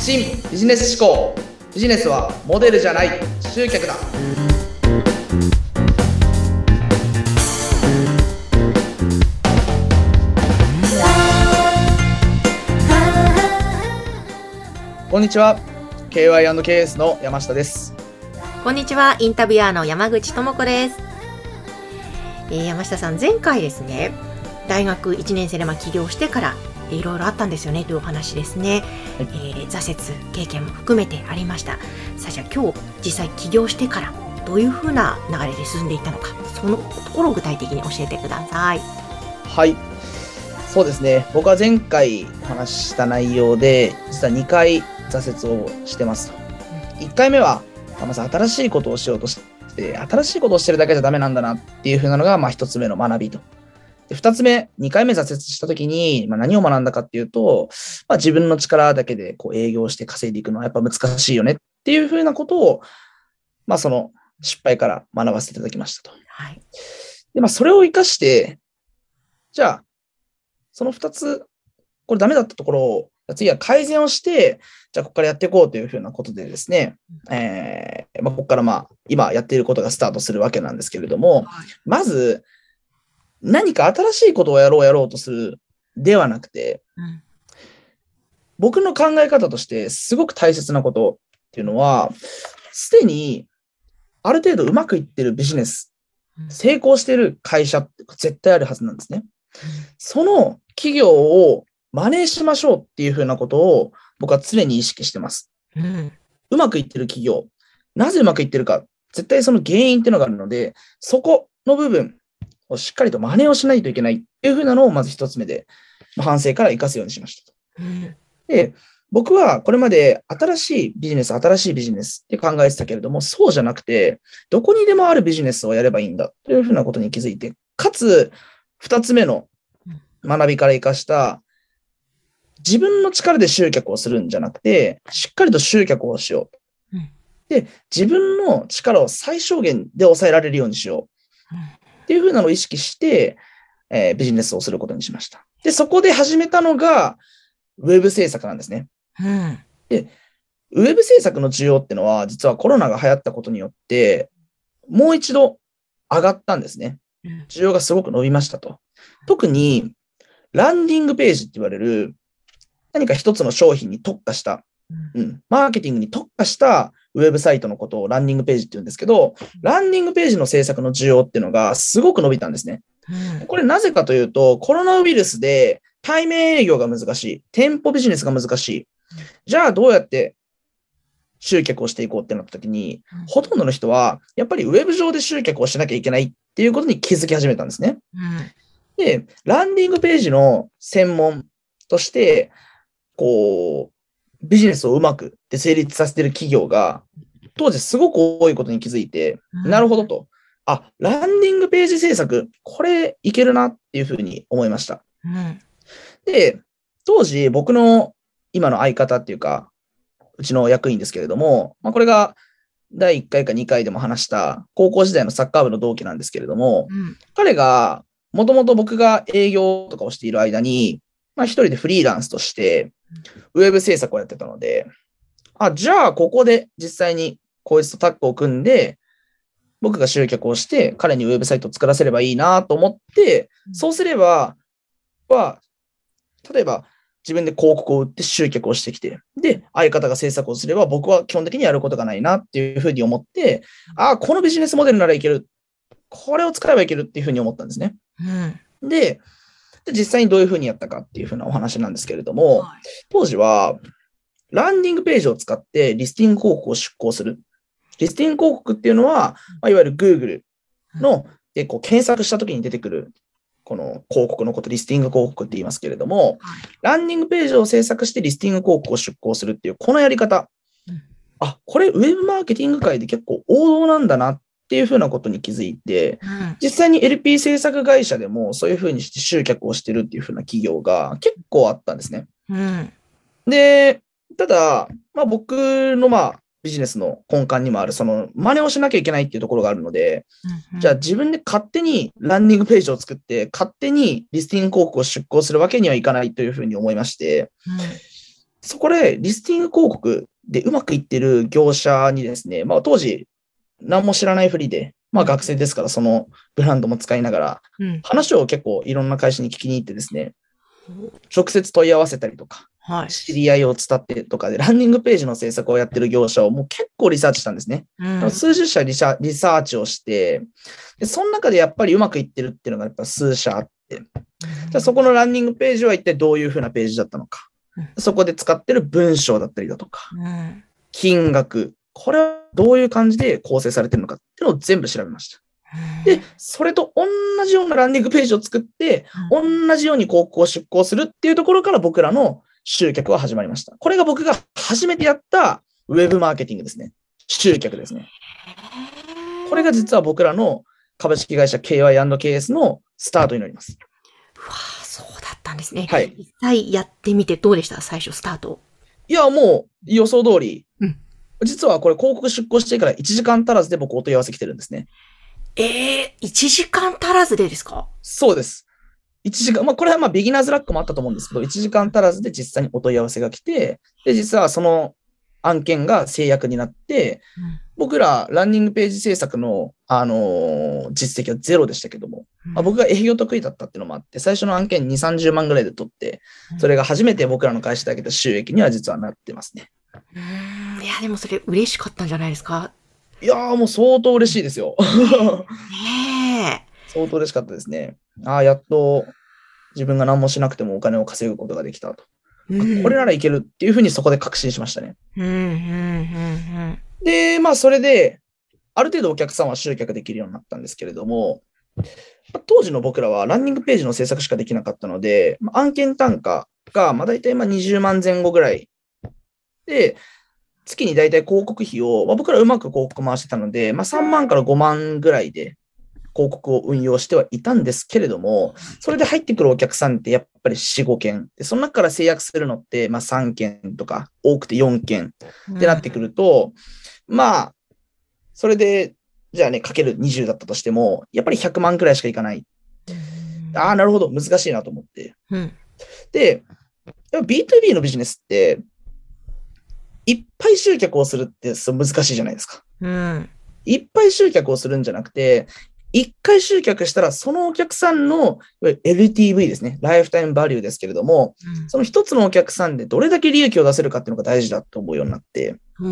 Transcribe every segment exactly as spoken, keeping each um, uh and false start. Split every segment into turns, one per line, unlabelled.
新ビジネス思考。ビジネスはモデルじゃない集客だ。こんにちは、 ケーワイアンドケーエス の山下です。
こんにちは、インタビュアーの山口智子です。えー、山下さん、前回ですね、大学いちねん生でまあ起業してからいろいろあったんですよねというお話ですね、はい。えー、挫折経験も含めてありました。さあ、じゃあ今日実際起業してからどういうふうな流れで進んでいったのか、そのところを具体的に教えてください。
はい、そうですね、僕は前回お話しした内容で実はにかい挫折をしてますと。いっかいめはまず新しいことをしようとして新しいことをしてるだけじゃダメなんだなっていう風なのがまあひとつめの学びと。でふたつめ、にかいめ挫折したときに、まあ、何を学んだかっていうと、まあ、自分の力だけでこう営業して稼いでいくのはやっぱ難しいよねっていう風なことを、まあ、その失敗から学ばせていただきましたと。
はい。
で、まあ、それを生かして、じゃあ、そのふたつ、これダメだったところを、次は改善をして、じゃあここからやっていこうというふうなことでですね、えーまあ、ここからまあ今やっていることがスタートするわけなんですけれども、はい、まず何か新しいことをやろうやろうとするではなくて、うん、僕の考え方としてすごく大切なことっていうのは、すでにある程度うまくいってるビジネス、成功している会社って絶対あるはずなんですね。うん、その企業を真似しましょうっていうふうなことを僕は常に意識してます。うん、うまくいってる企業、なぜうまくいってるか、絶対その原因っていうのがあるので、そこの部分をしっかりと真似をしないといけないっていうふうなのをまず一つ目で、反省から活かすようにしました。うん、で、僕はこれまで新しいビジネス、新しいビジネスって考えてたけれども、そうじゃなくて、どこにでもあるビジネスをやればいいんだというふうなことに気づいて、かつ二つ目の学びから活かした自分の力で集客をするんじゃなくて、しっかりと集客をしよう。うん、で、自分の力を最小限で抑えられるようにしよう。うん、っていう風なのを意識して、えー、ビジネスをすることにしました。で、そこで始めたのが、ウェブ制作なんですね。うん、で、ウェブ制作の需要ってのは、実はコロナが流行ったことによって、もう一度上がったんですね。需要がすごく伸びましたと。特に、ランディングページって言われる、何か一つの商品に特化した、うん、マーケティングに特化したウェブサイトのことをランディングページって言うんですけど、ランディングページの制作の需要っていうのがすごく伸びたんですね。これなぜかというと、コロナウイルスで対面営業が難しい、店舗ビジネスが難しい。じゃあどうやって集客をしていこうってなった時に、ほとんどの人はやっぱりウェブ上で集客をしなきゃいけないっていうことに気づき始めたんですね。で、ランディングページの専門として、こう、ビジネスをうまくで成立させている企業が、当時すごく多いことに気づいて、うん、なるほどと。あ、ランディングページ制作、これいけるなっていうふうに思いました。うん、で、当時僕の今の相方っていうか、うちの役員ですけれども、まあ、これがだいいっかいかにかいでも話した高校時代のサッカー部の同期なんですけれども、うん、彼がもともと僕が営業とかをしている間に、まあ、一人でフリーランスとしてウェブ制作をやってたので、あ、じゃあここで実際にこいつとタッグを組んで、僕が集客をして彼にウェブサイトを作らせればいいなと思って、そうすれば、は、例えば自分で広告を売って集客をしてきて、で、相方が制作をすれば僕は基本的にやることがないなっていうふうに思って、あ、このビジネスモデルならいける。これを使えばいけるっていうふうに思ったんですね。うん、で、で実際にどういうふうにやったかっていうふうなお話なんですけれども、はい、当時はランディングページを使ってリスティング広告を出稿する。リスティング広告っていうのは、まあ、いわゆる Google のでこう検索した時に出てくるこの広告のこと、リスティング広告って言いますけれども、はい、ランディングページを制作してリスティング広告を出稿するっていうこのやり方、うん、あ、これウェブマーケティング界で結構王道なんだなっていうふうなことに気づいて、うん、実際に エルピー 制作会社でもそういうふうにして集客をしてるっていうふうな企業が結構あったんですね。うん、で、ただ、まあ、僕のまあビジネスの根幹にもあるその真似をしなきゃいけないっていうところがあるので、うんうん、じゃあ自分で勝手にランディングページを作って勝手にリスティング広告を出稿するわけにはいかないというふうに思いまして、うん、 そこでリスティング広告でうまくいってる業者にですね、まあ当時何も知らないふりで、まあ学生ですからそのブランドも使いながら、話を結構いろんな会社に聞きに行ってですね、直接問い合わせたりとか、はい、知り合いを伝ってとかでランディングページの制作をやってる業者をもう結構リサーチしたんですね。うん、数十社リサリサーチをして、で、その中でやっぱりうまくいってるっていうのがやっぱ数社あって、うん、じゃあそこのランディングページは一体どういうふうなページだったのか、うん、そこで使ってる文章だったりだとか、うん、金額、これはどういう感じで構成されてるのかっていうのを全部調べました。で、それと同じようなランディングページを作って、同じように広告を出稿するっていうところから僕らの集客は始まりました。これが僕が初めてやったウェブマーケティングですね。集客ですね。これが実は僕らの株式会社 ケーワイアンドケーエス のスタートになります。
うわぁ、そうだったんですね。
はい。
実際やってみてどうでした？最初スタート。
いや、もう予想通り。うん、実はこれ広告出稿してからいちじかん足らずで僕お問い合わせ来てるんですね。
ええー、いちじかん足らずでですか？
そうです。いちじかん、まあこれはまあビギナーズラックもあったと思うんですけど、いちじかん足らずで実際にお問い合わせが来て、で、実はその案件が制約になって、うん、僕らランニングページ制作の、あのー、実績はゼロでしたけども、うん、まあ、僕が営業得意だったっていうのもあって、最初の案件にじゅう、さんじゅうまんぐらいで取って、それが初めて僕らの会社で上げた収益には実はなってますね。
うーん、いや、でもそれ嬉しかったんじゃないですか？
いやーもう相当嬉しいですよ。
ねえ。
相当嬉しかったですね。ああ、やっと自分が何もしなくてもお金を稼ぐことができたと。うん、これならいけるっていうふうにそこで確信しましたね。
うんうんうんうん、
で、まあそれで、ある程度お客さんは集客できるようになったんですけれども、当時の僕らはランニングページの制作しかできなかったので、案件単価がまあ大体まあにじゅうまんぜん後ぐらいで、月に大体広告費を、まあ、僕らうまく広告回してたので、まあ、さんまんからごまんぐらいで広告を運用してはいたんですけれども、それで入ってくるお客さんってやっぱりよん、ごけん。で、その中から制約するのって、まあさんけんとか、多くてよんけんってなってくると、うん、まあ、それで、じゃあね、かけるにじゅうだったとしても、やっぱりひゃくまんくらいしかいかない。うん、ああ、なるほど、難しいなと思って。うん、で、ビーツービー のビジネスって、いっぱい集客をするって難しいじゃないですか。うん。いっぱい集客をするんじゃなくて、いっかい集客したら、そのお客さんの エルティーブイ ですね。ライフタイムバリューですけれども、うん、その一つのお客さんでどれだけ利益を出せるかっていうのが大事だと思うようになって、うん、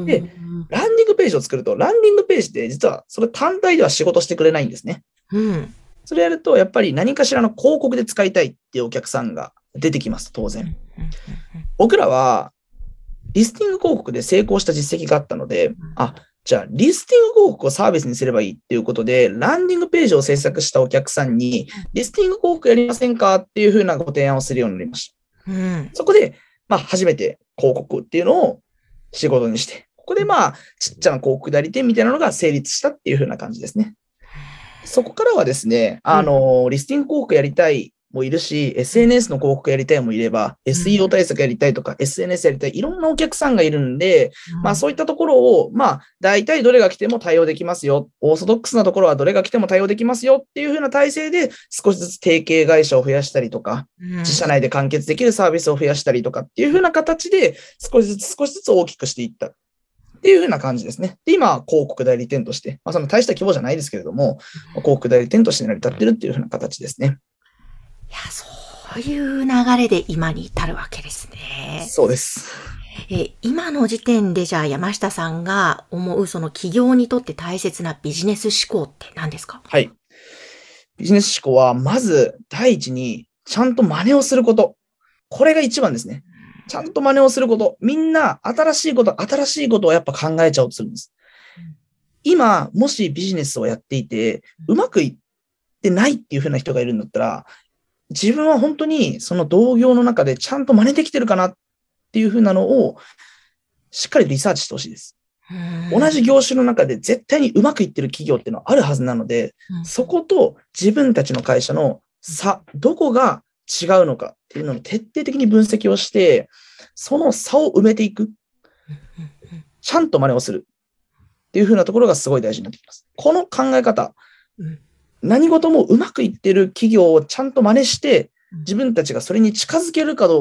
で、ランディングページを作ると、ランディングページで実はそれ単体では仕事してくれないんですね。うん、それやると、やっぱり何かしらの広告で使いたいっていうお客さんが出てきます、当然。僕らは、リスティング広告で成功した実績があったので、あ、じゃあ、リスティング広告をサービスにすればいいっていうことで、ランディングページを制作したお客さんに、リスティング広告やりませんかっていうふうなご提案をするようになりました。うん、そこで、まあ、初めて広告っていうのを仕事にして、ここでまあ、ちっちゃな広告代理店みたいなのが成立したっていうふうな感じですね。そこからはですね、あの、リスティング広告やりたいもいるし、エスエヌエス の広告やりたいもいれば、エスイーオー 対策やりたいとか、エスエヌエス やりたい、いろんなお客さんがいるんで、まあそういったところを、まあ大体どれが来ても対応できますよ。オーソドックスなところはどれが来ても対応できますよっていう風な体制で、少しずつ提携会社を増やしたりとか、自社内で完結できるサービスを増やしたりとかっていう風な形で、少しずつ少しずつ大きくしていった。っていう風な感じですね。で、今、広告代理店として、まあその大した規模じゃないですけれども、広告代理店として成り立ってるっていう風な形ですね。
いや、そういう流れで今に至るわけですね。
そうです。
え、今の時点でじゃあ山下さんが思うその企業にとって大切なビジネス思考って何ですか？
はい。ビジネス思考は、まず第一にちゃんと真似をすること。これが一番ですね。ちゃんと真似をすること。みんな新しいこと、新しいことをやっぱ考えちゃおうとするんです。今、もしビジネスをやっていて、うまくいってないっていう風な人がいるんだったら、自分は本当にその同業の中でちゃんと真似できてるかなっていう風なのをしっかりリサーチしてほしいです。同じ業種の中で絶対にうまくいってる企業っていうのはあるはずなので、そこと自分たちの会社の差、どこが違うのかっていうのを徹底的に分析をして、その差を埋めていく。ちゃんと真似をするっていう風なところがすごい大事になってきます。この考え方、何事もうまくいってる企業をちゃんと真似して、自分たちがそれに近づけるかどうかっ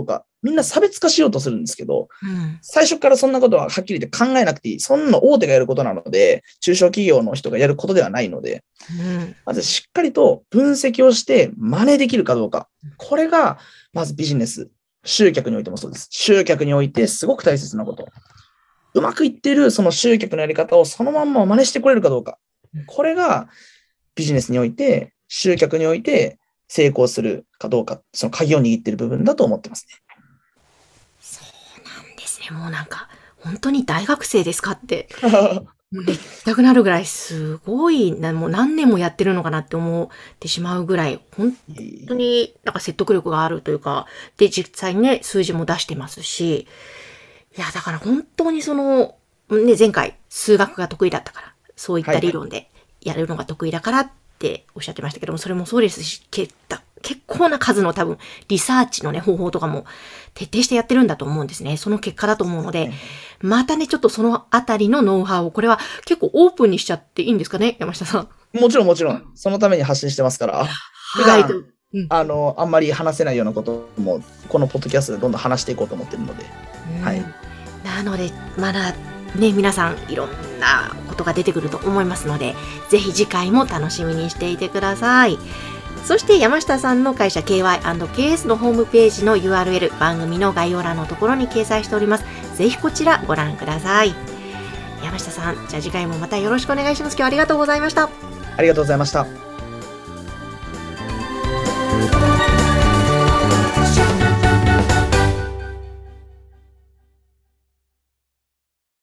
みんな差別化しようとするんですけど、
うん、
最初からそんなことははっきり言って考えなくていい。そんなの大手がやることなので、中小企業の人がやることではないので、
うん、
まずしっかりと分析をして真似できるかどうか。これが、まずビジネス、集客においてもそうです。集客においてすごく大切なこと。うまくいっているその集客のやり方をそのまんま真似してくれるかどうか。これがビジネスにおいて、集客において成功するかどうか、その鍵を握っている部分だと思ってますね。
そうなんですね。もうなんか、本当に大学生ですかって、もう聞きたくなるぐらいすごいな、もう何年もやってるのかなって思ってしまうぐらい、本当になんか説得力があるというか、で、実際にね、数字も出してますし、いや、だから本当にその、ね、前回数学が得意だったから、そういった理論でやるのが得意だからっておっしゃってましたけども、それもそうですし、結構な数の多分リサーチのね、方法とかも徹底してやってるんだと思うんですね。その結果だと思うので、またね、ちょっとそのあたりのノウハウを、これは結構オープンにしちゃっていいんですかね、山下さん。
もちろんもちろん、そのために発信してますから。
はい。
うん、あの、あんまり話せないようなことも、このポッドキャストでどんどん話していこうと思ってるので。はい。
なので、まだね、皆さんいろんなことが出てくると思いますので、ぜひ次回も楽しみにしていてください。そして山下さんの会社 ケーワイアンドケーエス のホームページの ユーアールエル、番組の概要欄のところに掲載しております。ぜひこちらご覧ください。山下さん、じゃあ次回もまたよろしくお願いします。今日はありがとうございました。
ありがとうございました。